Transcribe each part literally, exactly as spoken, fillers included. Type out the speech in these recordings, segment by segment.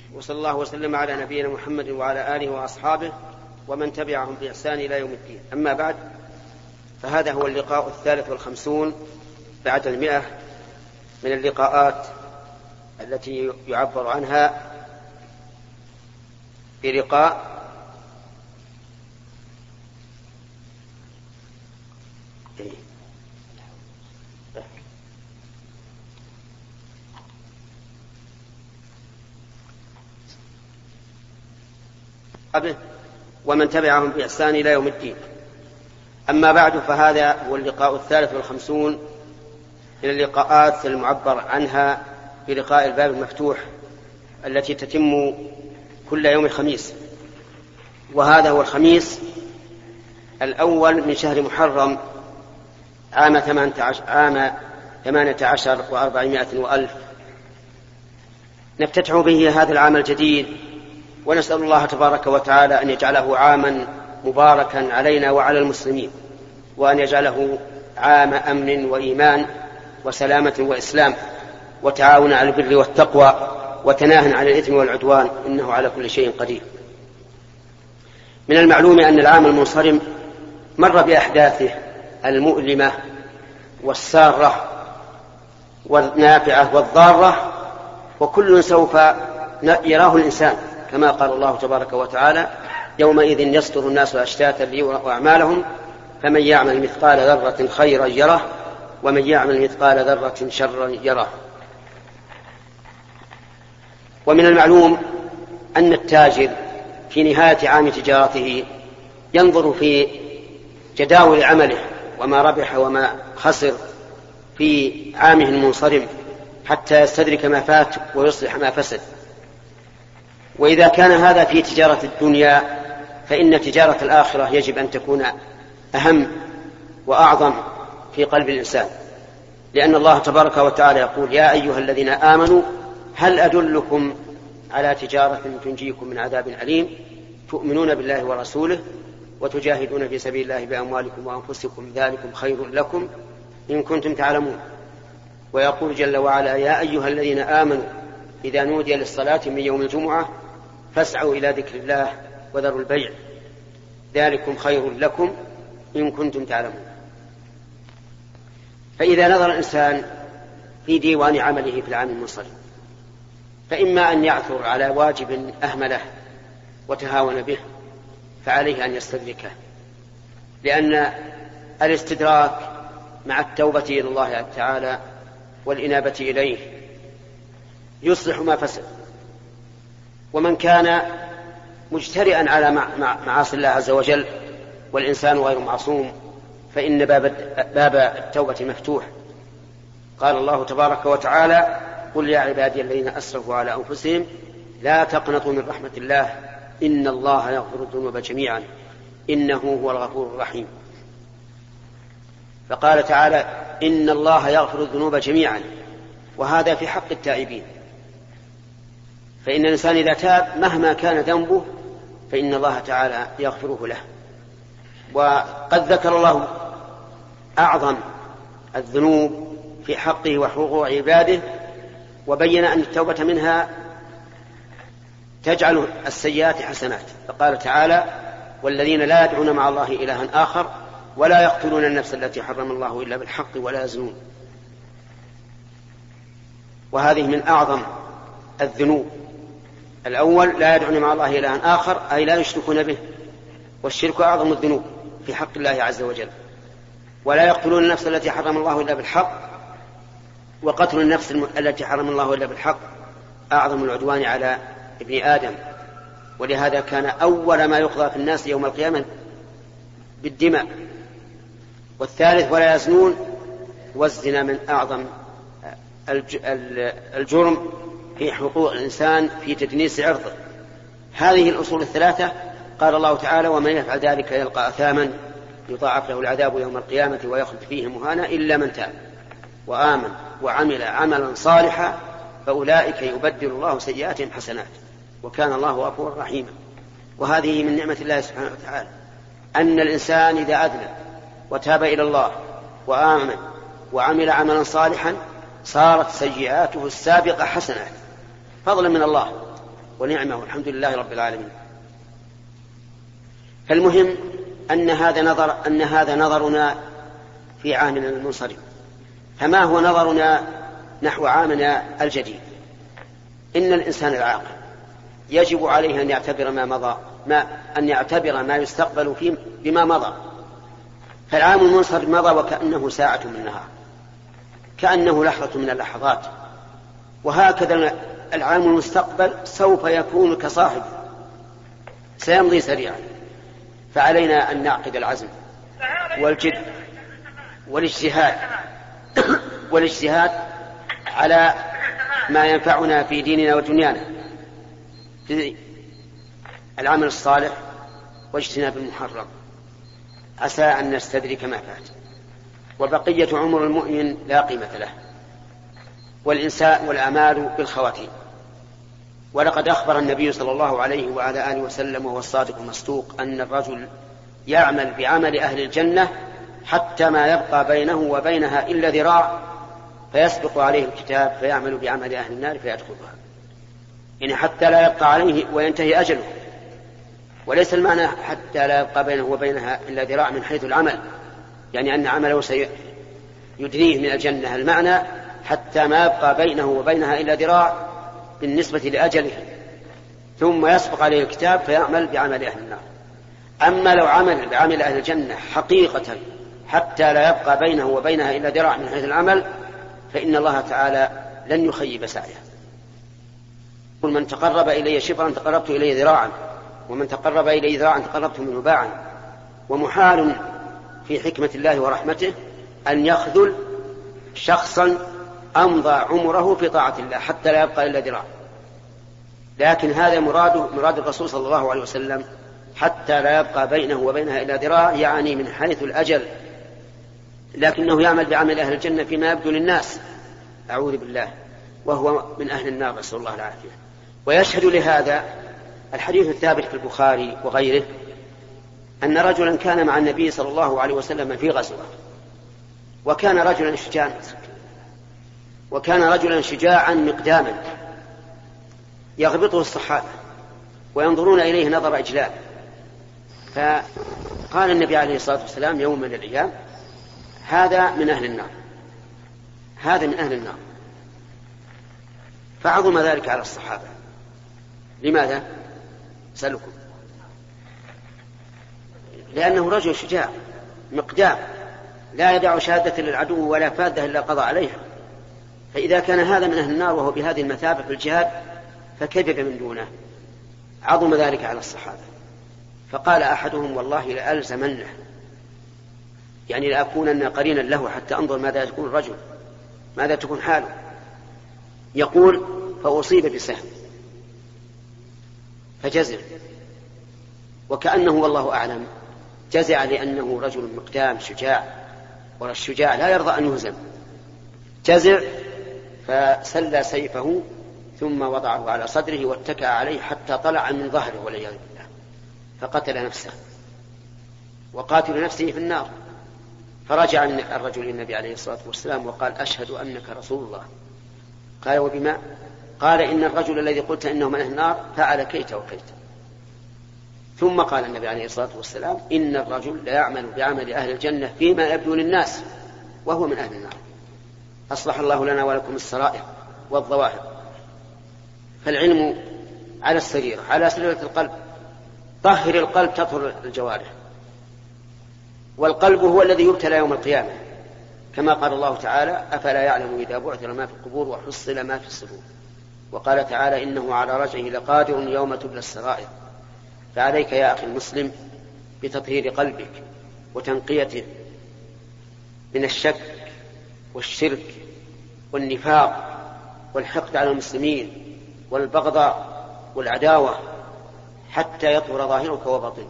وصلى الله وسلم على نبينا محمد وعلى آله وأصحابه ومن تبعهم بإحسان إلى يوم الدين. أما بعد، فهذا هو اللقاء الثالث والخمسون بعد المئة من اللقاءات التي يعبر عنها بلقاء ومن تبعهم بإحسان إلى يوم الدين. أما بعد، فهذا هو اللقاء الثالث والخمسون من اللقاءات المعبر عنها بلقاء الباب المفتوح التي تتم كل يوم خميس، وهذا هو الخميس الأول من شهر محرم عام ثمانية عشر وأربعمائة وألف، نفتتح به هذا العام الجديد، ونسأل الله تبارك وتعالى أن يجعله عاما مباركا علينا وعلى المسلمين، وأن يجعله عام أمن وإيمان وسلامة وإسلام وتعاون على البر والتقوى وتناهى عن الإثم والعدوان، إنه على كل شيء قدير. من المعلوم أن العام المنصرم مر بأحداثه المؤلمة والسارة والنافعة والضارة، وكل سوف يراه الإنسان كما قال الله تبارك وتعالى: يومئذ يصدر الناس أشتاتا ليروا أعمالهم فمن يعمل مثقال ذرة خيرا يره ومن يعمل مثقال ذرة شرا يره. ومن المعلوم أن التاجر في نهاية عام تجارته ينظر في جداول عمله وما ربح وما خسر في عامه المنصرم حتى يستدرك ما فات ويصلح ما فسد. وإذا كان هذا في تجارة الدنيا، فإن تجارة الآخرة يجب أن تكون أهم وأعظم في قلب الإنسان، لأن الله تبارك وتعالى يقول: يا أيها الذين آمنوا هل أدلكم على تجارة تنجيكم من عذاب أليم تؤمنون بالله ورسوله وتجاهدون في سبيل الله بأموالكم وأنفسكم ذلكم خير لكم إن كنتم تعلمون. ويقول جل وعلا: يا أيها الذين آمنوا إذا نودي للصلاة من يوم الجمعة فاسعوا إلى ذكر الله وذروا البيع ذلكم خير لكم إن كنتم تعلمون. فإذا نظر الإنسان في ديوان عمله في العام المنصرم، فإما أن يعثر على واجب أهمله وتهاون به، فعليه أن يستدركه، لأن الاستدراك مع التوبة إلى الله تعالى والإنابة إليه يصلح ما فسد. ومن كان مجترئا على معاصي الله عز وجل والإنسان غير معصوم، فإن باب التوبة مفتوح. قال الله تبارك وتعالى: قل يا عبادي الذين أسرفوا على أنفسهم لا تقنطوا من رحمة الله إن الله يغفر الذنوب جميعا إنه هو الغفور الرحيم. فقال تعالى: إن الله يغفر الذنوب جميعا، وهذا في حق التائبين، فإن الإنسان إذا تاب مهما كان ذنبه فإن الله تعالى يغفره له. وقد ذكر الله أعظم الذنوب في حقه وحقوق عباده، وبين أن التوبة منها تجعل السيئات حسنات، فقال تعالى: والذين لا يدعون مع الله إلها آخر ولا يقتلون النفس التي حرم الله إلا بالحق ولا يزنون. وهذه من أعظم الذنوب. الأول: لا يدعون مع الله إلها آخر، أي لا يشركون به، والشرك أعظم الذنوب في حق الله عز وجل. ولا يقتلون النفس التي حرم الله إلا بالحق، وقتل النفس التي حرم الله إلا بالحق أعظم العدوان على ابن آدم، ولهذا كان أول ما يقضى في الناس يوم القيامة بالدماء. والثالث: ولا يزنون، والزنا من أعظم الجرم في حقوق الإنسان في تدنيس عرضه. هذه الأصول الثلاثة قال الله تعالى: ومن يفعل ذلك يلقى أثاما يضاعف له العذاب يوم القيامة ويخلد فيه مهانا إلا من تاب وآمن وعمل عملا صالحا فأولئك يبدل الله سيئاتهم حسنات وكان الله غفورا رحيما. وهذه من نعمة الله سبحانه وتعالى، أن الإنسان إذا أذنب وتاب إلى الله وآمن وعمل عملا صالحا صارت سيئاته السابقة حسنات فضلا من الله. ونعمة والحمد لله رب العالمين. فالمهم أن هذا نظر أن هذا نظرنا في عامنا المنصرم. فما هو نظرنا نحو عامنا الجديد؟ إن الإنسان العاقل يجب عليه أن يعتبر ما مضى ما أن يعتبر ما يستقبل فيه بما مضى. فالعام المنصرم مضى وكأنه ساعة من النهار، كأنه لحظة من اللحظات، وهكذا العام المستقبل سوف يكون كصاحب سيمضي سريعا. فعلينا أن نعقد العزم والجد والاجتهاد والاجتهاد على ما ينفعنا في ديننا ودنيانا، في العمل الصالح واجتناب المحرم، عسى أن نستدرك ما فات. وبقية عمر المؤمن لا قيمة له، والإنسان والأعمال بالخواتيم. ولقد أخبر النبي صلى الله عليه وعلى آله وسلم وهو الصادق المصدوق أن الرجل يعمل بعمل أهل الجنة حتى ما يبقى بينه وبينها إلا ذراع، فيسبق عليه الكتاب فيعمل بعمل أهل النار فيدخلها، يعني حتى لا يبقى عليه وينتهي أجله. وليس المعنى حتى لا يبقى بينه وبينها إلا ذراع من حيث العمل، يعني أن عمله سيدنيه من الجنة. المعنى حتى ما يبقى بينه وبينها إلا ذراع بالنسبة لأجله، ثم يسبق عليه الكتاب فيعمل بعمل أهل النار. أما لو عمل بعمل أهل الجنة حقيقة حتى لا يبقى بينه وبينها إلا ذراع من حيث العمل، فإن الله تعالى لن يخيب سعيه. قل من تقرب إلي شبرا تقربت إليه ذراعا، ومن تقرب إلي ذراعا تقربت منه باعا. ومحال في حكمة الله ورحمته أن يخذل شخصا أمضى عمره في طاعة الله حتى لا يبقى إلا ذراع، لكن هذا مراد مراد الرسول صلى الله عليه وسلم حتى لا يبقى بينه وبينها إلا ذراع، يعني من حيث الأجل، لكنه يعمل بعمل أهل الجنة فيما يبدو للناس، أعوذ بالله، وهو من أهل النار، نسأل الله العافية. ويشهد لهذا الحديث الثابت في البخاري وغيره أن رجلا كان مع النبي صلى الله عليه وسلم في غزوة، وكان رجلا شجاعا وكان رجلا شجاعا مقداما يغبطه الصحابة وينظرون إليه نظر إجلال. فقال النبي عليه الصلاة والسلام يوم من الأيام: هذا من أهل النار، هذا من أهل النار. فعظم ذلك على الصحابة. لماذا؟ سألكم. لأنه رجل شجاع مقدام لا يدع شهادة للعدو ولا فادة إلا قضى عليها، فإذا كان هذا من أهل النار وهو بهذه المثابة في الجهاد فكيف من دونه؟ عظم ذلك على الصحابة. فقال أحدهم: والله لألزمنه، يعني لأكونن قرينا له حتى أنظر ماذا يكون الرجل، ماذا تكون حاله. يقول: فأصيب بسهم فجزع، وكأنه والله أعلم جزع لأنه رجل مقدام شجاع، والشجاع لا يرضى أن يهزم. جزع فسلى سيفه ثم وضعه على صدره واتكأ عليه حتى طلع من ظهره والعياذ بالله، فقتل نفسه، وقاتل نفسه في النار. فرجع الرجل إلى النبي عليه الصلاة والسلام وقال: أشهد أنك رسول الله. قال: وبما؟ قال: إن الرجل الذي قلت إنه من أهل النار فعل كيت وكيت. ثم قال النبي عليه الصلاة والسلام: إن الرجل لا يعمل بعمل أهل الجنة فيما يبدو للناس وهو من أهل النار. أصلح الله لنا ولكم السرائر والظواهر. فالعلم على السريرة، على سريرة القلب. طهر القلب تطهر الجوارح، والقلب هو الذي يبتلى يوم القيامة، كما قال الله تعالى: أفلا يعلم إذا بعثر ما في القبور وحصل ما في الصدور. وقال تعالى: إنه على رجعه لقادر يوم تبلى السرائر. فعليك يا أخي المسلم بتطهير قلبك وتنقيته من الشك والشرك والنفاق والحقد على المسلمين والبغضاء والعداوة، حتى يطهر ظاهرك وباطنك.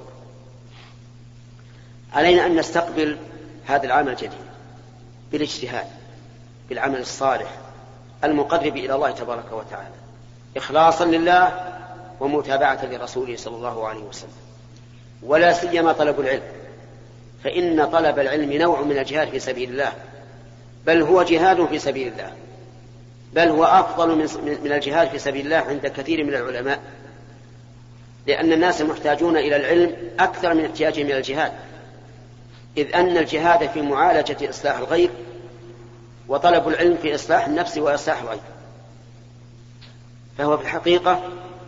علينا أن نستقبل هذا العام الجديد بالاجتهاد، بالعمل الصالح المقرب إلى الله تبارك وتعالى، إخلاصا لله ومتابعة لرسوله صلى الله عليه وسلم، ولا سيما طلب العلم، فإن طلب العلم نوع من الجهاد في سبيل الله، بل هو جهاد في سبيل الله. بل هو أفضل من الجهاد في سبيل الله عند كثير من العلماء، لأن الناس محتاجون إلى العلم أكثر من احتياجهم إلى الجهاد، إذ أن الجهاد في معالجة إصلاح الغير، وطلب العلم في إصلاح النفس وإصلاح الغير. فهو في الحقيقة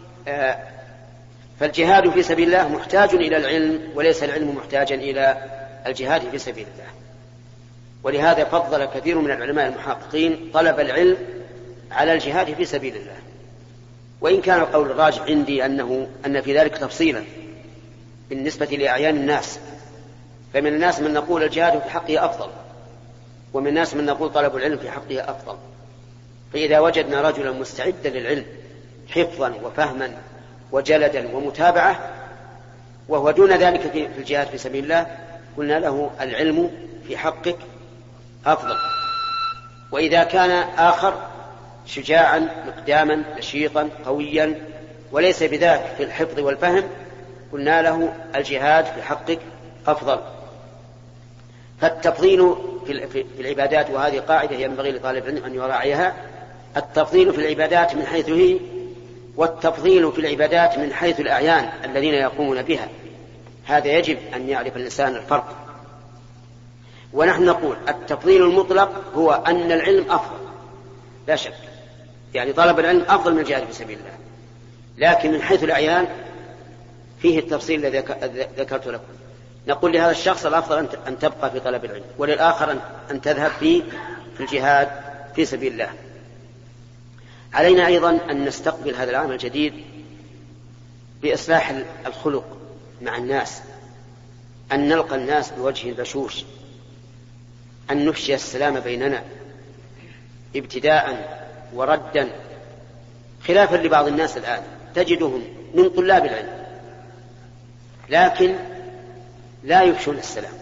فالجهاد في سبيل الله محتاج إلى العلم، وليس العلم محتاجا إلى الجهاد في سبيل الله. ولهذا فضل كثير من العلماء المحققين طلب العلم على الجهاد في سبيل الله، وإن كان القول الراجح عندي أنه أن في ذلك تفصيلا بالنسبة لأعيان الناس، فمن الناس من نقول الجهاد في حقه أفضل، ومن الناس من نقول طلب العلم في حقه أفضل. فإذا وجدنا رجلا مستعدا للعلم حفظا وفهما وجلدا ومتابعة وهو دون ذلك في الجهاد في سبيل الله، قلنا له العلم في حقك أفضل. وإذا كان آخر شجاعا مقداما نشيطا قويا وليس بذاك في الحفظ والفهم، قلنا له الجهاد في حقك أفضل. فالتفضيل في العبادات، وهذه قاعدة ينبغي لطالب العلم أن يراعيها، التفضيل في العبادات من حيث هي، والتفضيل في العبادات من حيث الأعيان الذين يقومون بها. هذا يجب أن يعرف الإنسان الفرق. ونحن نقول التفضيل المطلق هو أن العلم أفضل لا شك، يعني طلب العلم أفضل من الجهاد في سبيل الله، لكن من حيث الأعيان فيه التفصيل الذي ذكرت لكم. نقول لهذا الشخص الأفضل أن تبقى في طلب العلم، وللآخر أن تذهب في في الجهاد في سبيل الله. علينا أيضا أن نستقبل هذا العام الجديد بإصلاح الخلق مع الناس، أن نلقى الناس بوجه بشوش، أن نفشي السلام بيننا ابتداء وردا، خلافا لبعض الناس الآن تجدهم من طلاب العلم لكن لا يفشون السلام.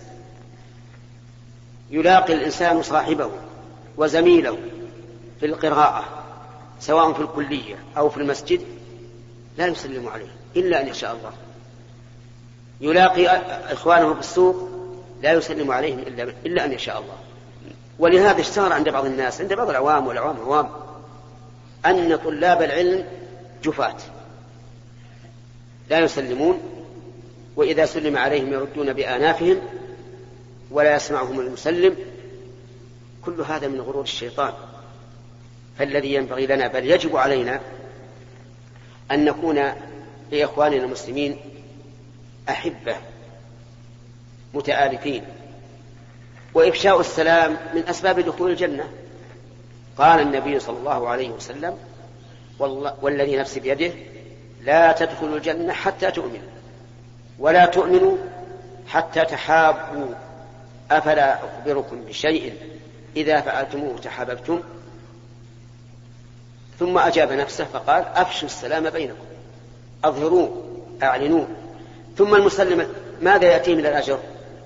يلاقي الإنسان صاحبه وزميله في القراءة سواء في الكلية أو في المسجد لا يسلم عليه إلا أن يشاء الله، يلاقي إخوانه في السوق لا يسلم عليهم إلا, إلا أن يشاء الله. ولهذا اشتهر عند بعض الناس، عند بعض العوام والعوام العوام، أن طلاب العلم جفاة لا يسلمون، وإذا سلم عليهم يردون بآنافهم ولا يسمعهم المسلم. كل هذا من غرور الشيطان. فالذي ينبغي لنا بل يجب علينا أن نكون لإخواننا المسلمين أحبة متآلفين. وإفشاء السلام من أسباب دخول الجنة. قال النبي صلى الله عليه وسلم: والذي نفسي بيده لا تدخلوا الجنة حتى تؤمنوا، ولا تؤمنوا حتى تحابوا، أفلا أخبركم بشيء إذا فعلتموه تحاببتم؟ ثم أجاب نفسه فقال: أفشوا السلام بينكم، أظهروه، أعلنوه. ثم المسلم ماذا يأتي من الأجر؟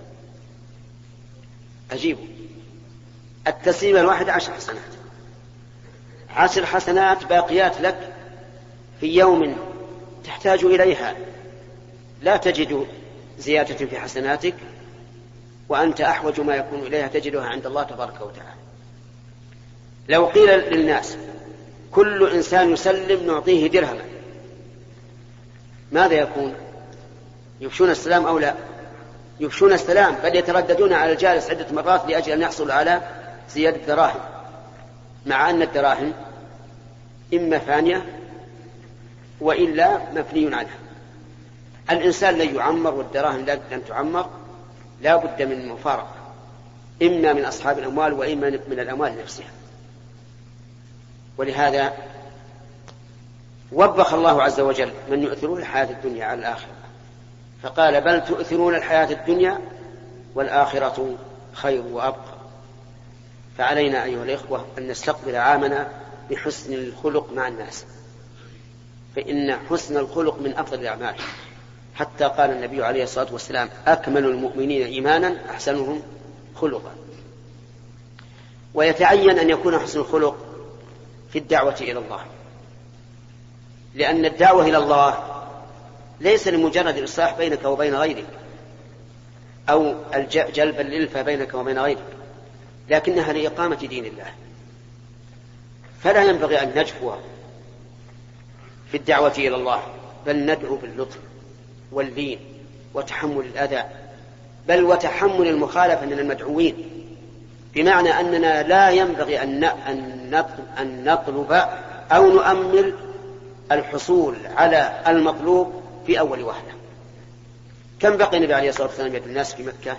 أجيبوا. التسليم الواحد عشر حسنات، عشر حسنات باقيات لك في يوم تحتاج إليها، لا تجد زيادة في حسناتك، وأنت أحوج ما يكون إليها تجدها عند الله تبارك وتعالى. لو قيل للناس كل إنسان يسلم نعطيه درهما، ماذا يكون؟ يفشون السلام أو لا؟ يفشون السلام، بل يترددون على الجالس عدة مرات لأجل أن يحصل على زيادة دراهم، مع أن الدراهم إما فانية وإلا مفني عنها. الإنسان لن يعمر والدراهم لن تعمر، لا بد من مفارقة، إما من أصحاب الأموال وإما من الأموال نفسها. ولهذا وبخ الله عز وجل من يؤثرون الحياة الدنيا على الآخرة، فقال: بل تؤثرون الحياة الدنيا والآخرة خير وأبقى. فعلينا أيها الإخوة أن نستقبل عامنا بحسن الخلق مع الناس، فإن حسن الخلق من أفضل الأعمال. حتى قال النبي عليه الصلاة والسلام: أكمل المؤمنين إيمانا أحسنهم خلقا. ويتعين أن يكون حسن الخلق في الدعوة إلى الله، لأن الدعوة إلى الله ليس لمجرد الإصلاح بينك وبين غيرك أو جلب الإلفة بينك وبين غيرك، لكنها لإقامة دين الله. فلا ينبغي أن نجفو في الدعوة إلى الله، بل ندعو باللطف واللين وتحمل الأذى، بل وتحمل المخالفة من المدعوين، بمعنى أننا لا ينبغي أن نطلب أو نؤمل الحصول على المطلوب في أول وهلة. كم بقي النبي عليه الصلاة والسلام يدعو الناس في مكة؟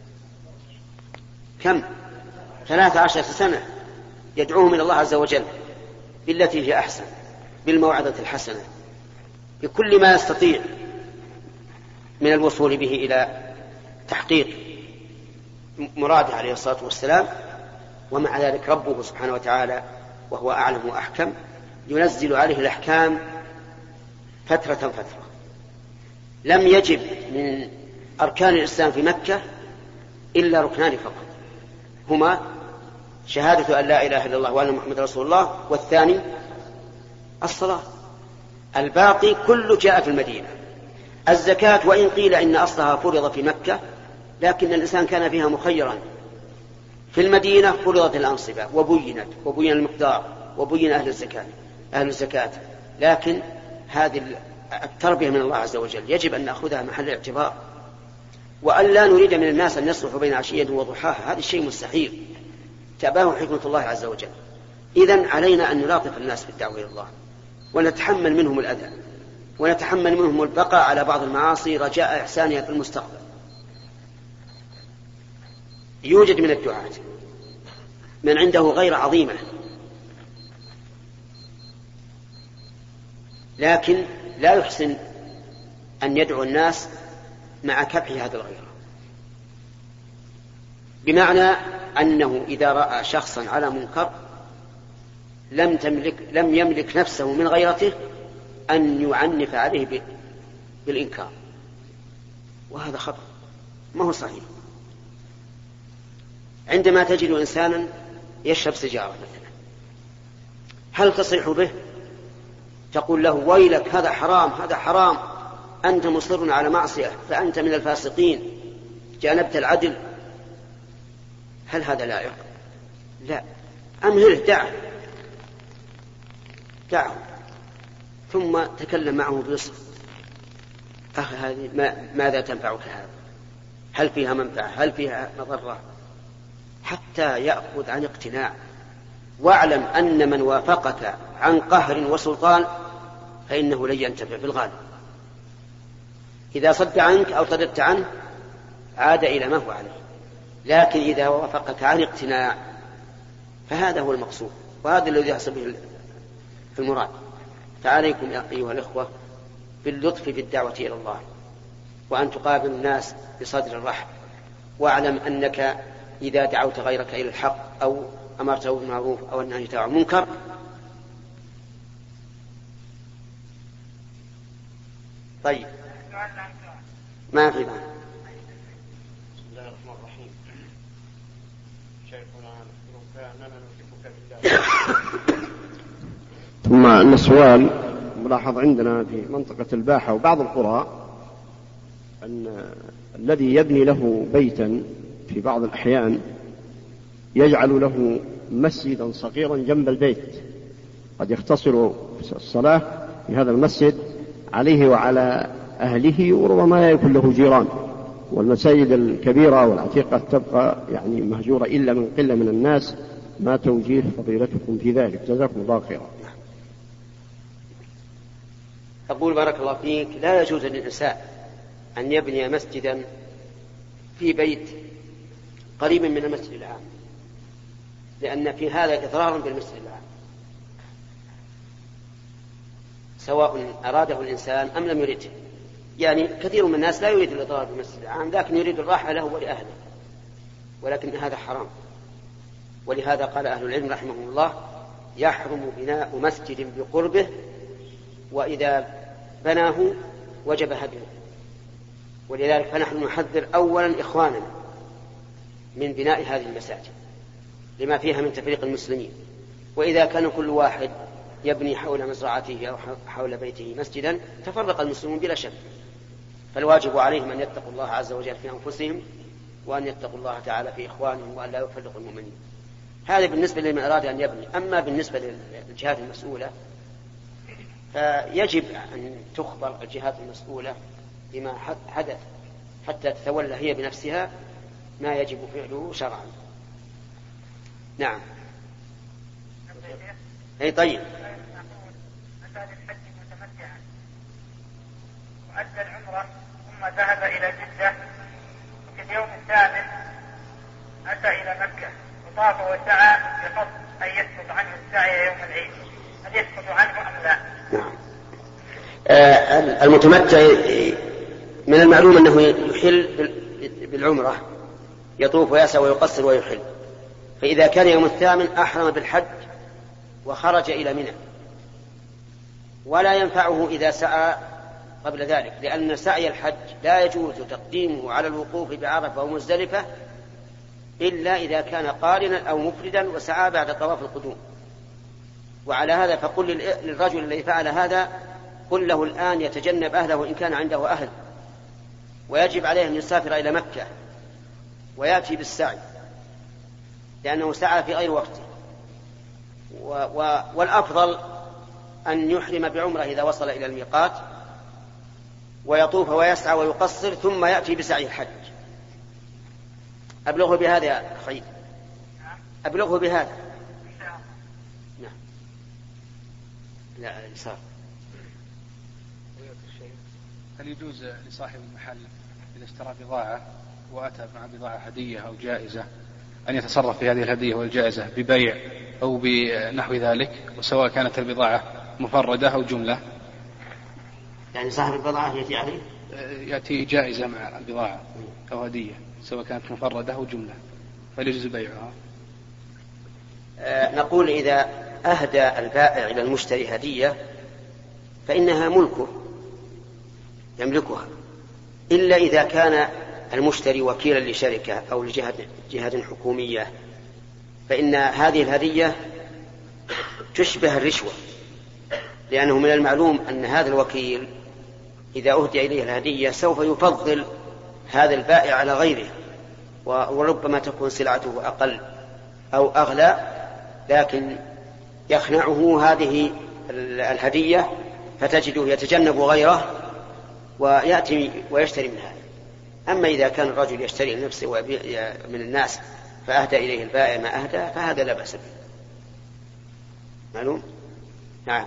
كم؟ ثلاث عشرة سنة يدعوهم إلى الله عز وجل بالتي هي أحسن، بالموعظة الحسنة، بكل ما يستطيع من الوصول به إلى تحقيق مراده عليه الصلاة والسلام. ومع ذلك ربه سبحانه وتعالى وهو أعلم وأحكم ينزل عليه الأحكام فترة فترة. لم يجب من أركان الإسلام في مكة إلا ركنان فقط، هما شهادة أن لا إله إلا الله وأن محمد رسول الله، والثاني الصلاة. الباقي كله جاء في المدينة. الزكاة وإن قيل إن أصلها فرض في مكة، لكن الإنسان كان فيها مخيرا. في المدينة فرضت الأنصبة وبينت وبين المقدار وبين أهل الزكاة أهل الزكاة لكن هذه التربية من الله عز وجل يجب أن نأخذها محل الاعتبار، وأن لا نريد من الناس أن يصلحوا بين عشية وضحاها، هذا الشيء مستحيل، تأباه حكمة الله عز وجل. إذن علينا أن نلاطف الناس بالدعوة إلى الله، ونتحمل منهم الأذى، ونتحمل منهم البقاء على بعض المعاصي رجاء إحسانها في المستقبل. يوجد من الدعاة من عنده غير عظيمة، لكن لا يحسن أن يدعو الناس مع كبح هذا الغيرة، بمعنى أنه إذا رأى شخصا على منكر لم تملك لم يملك نفسه من غيرته أن يعنف عليه بالإنكار، وهذا خطأ ما هو صحيح. عندما تجد إنسانا يشرب سيجارة مثلا، هل تصيح به؟ تقول له ويلك هذا حرام هذا حرام، أنت مصر على معصية، فأنت من الفاسقين، جانبت العدل؟ هل هذا لائق؟ لا. أمهله، دعه دعه ثم تكلم معه بلطف. أخي هذه ما ماذا تنفعك هذا؟ هل فيها منفعة؟ هل فيها مضرة؟ حتى يأخذ عن اقتناع. واعلم أن من وافقك عن قهر وسلطان فإنه لن ينتفع في الغالب. إذا صد عنك أو صددت عنه عاد إلى ما هو عليه، لكن إذا وافقك عن اقتناع فهذا هو المقصود، وهذا الذي يحصل به المراد. فعليكم أيها الإخوة باللطف في الدعوة إلى الله، وأن تقابل الناس بصدر الرحب. واعلم أنك إذا دعوت غيرك إلى الحق أو أمرته بالمعروف أو نهيته عن المنكر طيب ما في معنى. بسم الله الرحمن الرحيم. شيخنا نذكرك أننا نوثقك بالله. ثم أن السؤال ملاحظ عندنا في منطقة الباحة وبعض القرى أن الذي يبني له بيتا في بعض الأحيان يجعل له مسجدا صغيرا جنب البيت، قد يختصر الصلاة في هذا المسجد عليه وعلى أهله، وربما لا يكون له جيران، والمساجد الكبيرة والعتيقة تبقى يعني مهجورة إلا من قلة من الناس. ما توجيه فضيلتكم في ذلك؟ جزاكم الله خيرا. أقول بارك الله فيك، لا يجوز للإنسان أن يبني مسجدا في بيت قريب من المسجد العام، لأن في هذا إضرار بالمسجد العام، سواء أراده الإنسان أم لم يريده. يعني كثير من الناس لا يريد الإضرار بالمسجد العام، لكن يريد الراحة له ولأهله، ولكن هذا حرام. ولهذا قال أهل العلم رحمهم الله: يحرم بناء مسجد بقربه، وإذا بناه وجب هدمه. ولذلك فنحن نحذر أولا إخواننا من بناء هذه المساجد لما فيها من تفريق المسلمين. وإذا كان كل واحد يبني حول مزرعته أو حول بيته مسجدا تفرق المسلمون بلا شك. فالواجب عليهم أن يتقوا الله عز وجل في أنفسهم، وأن يتقوا الله تعالى في إخوانهم، وأن لا يفرقوا المؤمنين. هذا بالنسبة لمن أراد أن يبني. أما بالنسبة للجهات المسؤولة فيجب أن تخبر الجهات المسؤولة بما حدث حتى تتولى هي بنفسها ما يجب فعله شرعا. نعم. أي طيب. وأدى العمرة ثم ذهب إلى جدة، وفي اليوم الثامن أتى إلى مكة وطاف وسعى بقصد أن يسقط عنه السعي يوم العيد، هل يسقط عنه أم لا؟ نعم. آه المتمتع من المعلوم أنه يحل بالعمرة، يطوف ويسعى ويقصر ويحل، فإذا كان يوم الثامن أحرم بالحج وخرج إلى منى، ولا ينفعه إذا سعى قبل ذلك، لأن سعي الحج لا يجوز تقديمه على الوقوف بعرفة ومزدلفة إلا إذا كان قارنا أو مفردا وسعى بعد طواف القدوم. وعلى هذا فقل للرجل الذي فعل هذا قل له الآن يتجنب أهله إن كان عنده أهل، ويجب عليه أن يسافر إلى مكة ويأتي بالسعي لأنه سعى في غير وقته. و و والأفضل أن يحرم بعمره إذا وصل إلى الميقات ويطوف ويسعى ويقصر ثم يأتي بسعي الحج. أبلغه بهذا يا أخي، أبلغه بهذا. نعم. لا اليسار. هل يجوز لصاحب المحل إذا اشترى بضاعة وأتى مع بضاعة هدية أو جائزة أن يتصرف في هذه الهدية والجائزة ببيع أو بنحو ذلك، وسواء كانت البضاعة مفردة أو جملة؟ يعني صاحب البضاعة يأتي عليه يأتي جائزة مع البضاعة أو هدية سواء كانت مفردة أو جملة، فليجوز بيعها؟ آه نقول إذا أهدى البائع إلى المشتري هدية فإنها ملكه يملكها، إلا إذا كان المشتري وكيلا لشركة أو لجهة جهة حكومية، فإن هذه الهدية تشبه الرشوة، لأنه من المعلوم أن هذا الوكيل إذا أهدي إليه الهدية سوف يفضل هذا البائع على غيره، وربما تكون سلعته أقل أو أغلى، لكن يخنعه هذه الهدية فتجده يتجنب غيره ويأتي ويشتري من هذا. أما إذا كان الرجل يشتري لنفسه من الناس فأهدى إليه البائع ما أهدى فهذا لا بأس به. معلوم؟ نعم.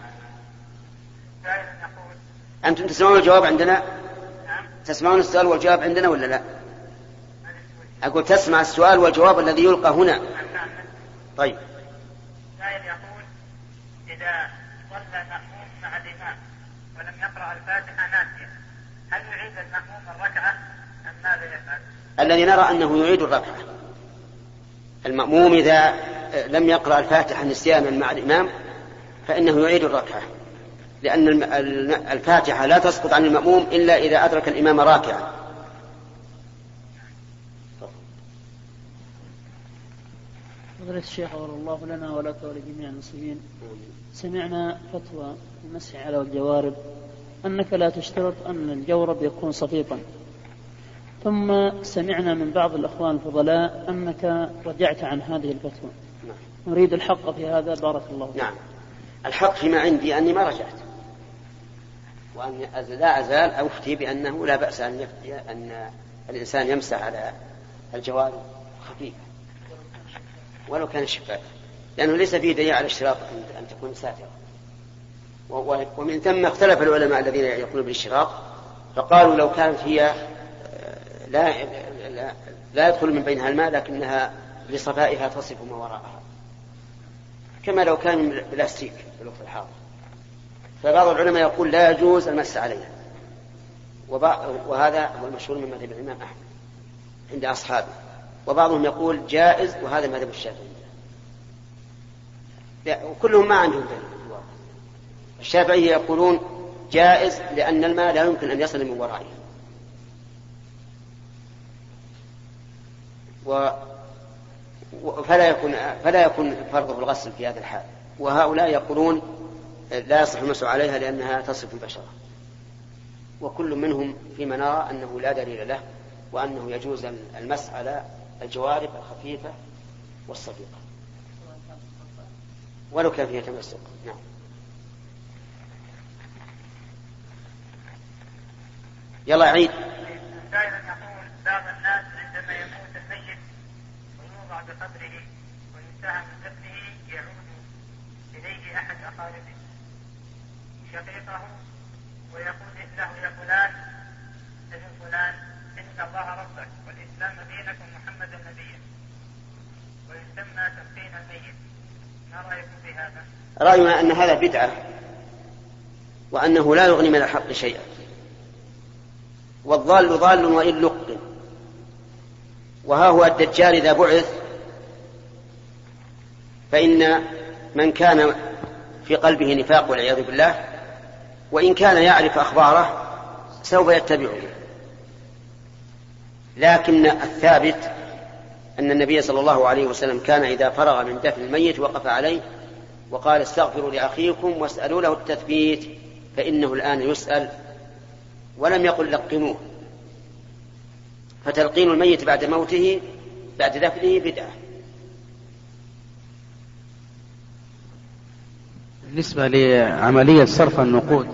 أنتم تسمعون الجواب عندنا؟ تسمعون السؤال والجواب عندنا ولا لا؟ أقول تسمع السؤال والجواب الذي يلقى هنا. طيب. سائل يقول إذا صلى المأموم مع الإمام ولم يقرأ الفاتحة ناسيا هل يعيد المأموم الركعة أم ماذا يفعل؟ الذي نرى أنه يعيد الركعة. المأموم إذا لم يقرأ الفاتحة نسيانا مع الإمام فإنه يعيد الركعة، لأن الفاتحة لا تسقط عن المأموم إلا إذا أدرك الإمام راكعا. فضيلة الشيخ غفر الله لنا ولك ولجميع المسلمين، سمعنا فتوى المسح على الجوارب أنك لا تشترط أن الجورب يكون صفيقا، ثم سمعنا من بعض الأخوان الفضلاء أنك رجعت عن هذه الفتوى. نريد الحق في هذا بارك الله فيك. نعم، الحق فيما عندي أني ما رجعت، وأن لا أزال أفتي بأنه لا بأس أن, أن الإنسان يمسح على الجوارب خفيفة ولو كان شفاف، لأنه ليس فيه دليل على اشتراط أن تكون ساترة. ومن ثم اختلف العلماء الذين يقولون بالاشتراط، فقالوا لو كانت هي لا, لا, لا يدخل من بينها الماء لكنها لصفائها تصف ما وراءها، كما لو كان بلاستيك في الوقت الحاضر. فبعض العلماء يقول لا يجوز المس عليها، وهذا هو المشهور من مذهب الإمام أحمد عند أصحابه، وبعضهم يقول جائز وهذا مذهب الشافعي، وكلهم ما عندهم دليل. الشافعي يقولون جائز لأن الماء لا يمكن أن يصل من ورائه، و... فلا يكون فلا يكون فرضه الغسل في هذا الحال. وهؤلاء يقولون لا يصح المسح عليها لأنها تصف البشرة، وكل منهم فيما نرى أنه لا دليل له، وأنه يجوز المسح على الجوارب الخفيفة والصديقة. ولو كان فيها تمسك. نعم. يلا عيد. دائما يقول بعض الناس عندما يموت الميت ويوضع بقبره وينتهى من دفنه يعود إليه أحد أقاربه شقيقه ويقول له يا فلان ابن فلان إن الله ربك والإسلام دينك ومحمد نبيك ويسمى تلقين الميت. ما رأيكم في هذا؟ رأينا أن هذا بدعة وأنه لا يغني من الحق شيئا، والضال ضال وإن لقن. وها هو الدجال إذا بعث فإن من كان في قلبه نفاق والعياذ بالله وإن كان يعرف أخباره سوف يتبعه، لكن الثابت أن النبي صلى الله عليه وسلم كان إذا فرغ من دفن الميت وقف عليه وقال استغفروا لأخيكم واسألوا له التثبيت فإنه الآن يسأل، ولم يقل لقنوه. فتلقين الميت بعد موته بعد دفنه بدعة. بالنسبة لعملية صرف النقود،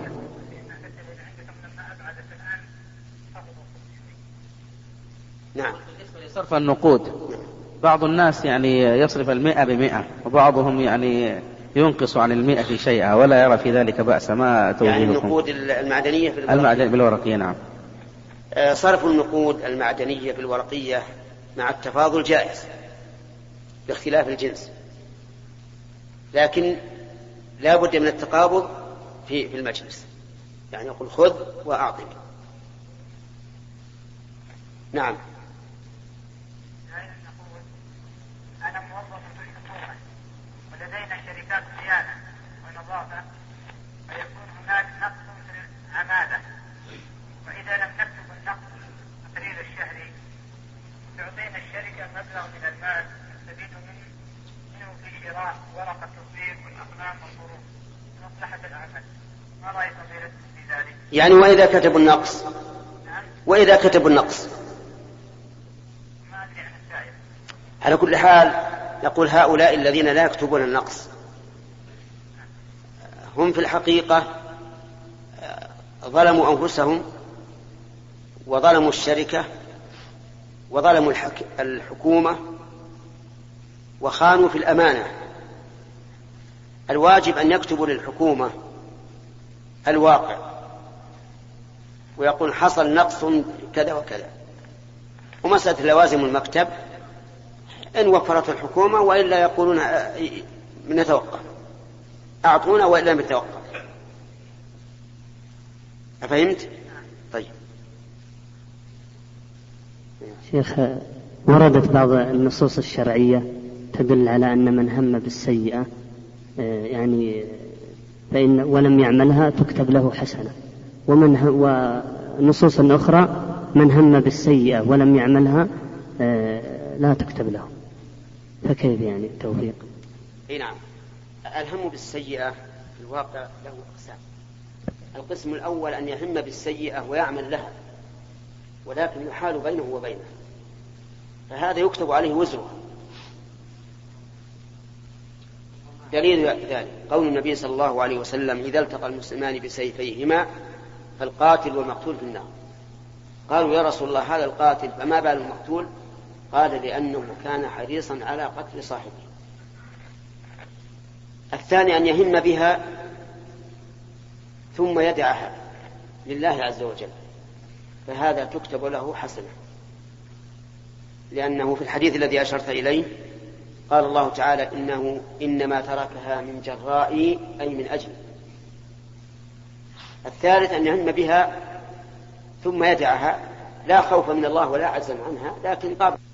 نعم، بالنسبة لصرف النقود بعض الناس يعني يصرف المئة بمئة وبعضهم يعني ينقص عن المئة شيئا ولا يرى في ذلك بأس. ما توجيهكم؟ يعني النقود المعدنية في الورقية. المعدن بالورقية. نعم. صرف النقود المعدنية بالورقية مع التفاضل جائز باختلاف الجنس، لكن لا بد من التقابض في في المجلس، يعني يقول خذ وأعطي. نعم. أنا موظف في الحكومة ولدينا شركات صيانة ونظافة ويكون هناك نقص في العمالة، وإذا لم نكتب النقص التقرير الشهري تعطينا الشركة مبلغ من المال نستفيد منه منه في شراء ورقة تصوير والأقلام والظروف لمصلحة العمل. ما رأي فضيلتكم في ذلك؟ يعني وإذا كتبوا النقص؟ نعم. وإذا كتبوا النقص ما أدري عن السائل. على كل حال نقول هؤلاء الذين لا يكتبون النقص هم في الحقيقة ظلموا أنفسهم وظلموا الشركة وظلموا الحكومة وخانوا في الأمانة. الواجب أن يكتبوا للحكومة الواقع ويقول حصل نقص كذا وكذا، ومسألة لوازم المكتب إن وفرت الحكومة وإلا يقولون نتوقف، أعطونا وإلا نتوقف. أفهمت؟ طيب. شيخ، وردت بعض النصوص الشرعية تدل على أن من هم بالسيئة يعني فإن ولم يعملها تكتب له حسنة، ومن ونصوص أخرى من هم بالسيئة ولم يعملها لا تكتب له، فكيف يعني التوفيق؟ اي نعم. الهم بالسيئة في الواقع له أقسام. القسم الأول أن يهم بالسيئة ويعمل لها ولكن يحال بينه وبينها، فهذا يكتب عليه وزره. دليل ذلك قول النبي صلى الله عليه وسلم إذا التقى المسلمان بسيفيهما فالقاتل والمقتول في النار. قالوا يا رسول الله هذا القاتل فما بال المقتول؟ قال لأنه كان حريصا على قتل صاحبه. الثاني أن يهم بها ثم يدعها لله عز وجل، فهذا تكتب له حسنة، لأنه في الحديث الذي أشرت إليه قال الله تعالى إنه إنما تركها من جرائي أي من أجل. الثالث أن يهم بها ثم يدعها لا خوف من الله ولا عزم عنها، لكن قابل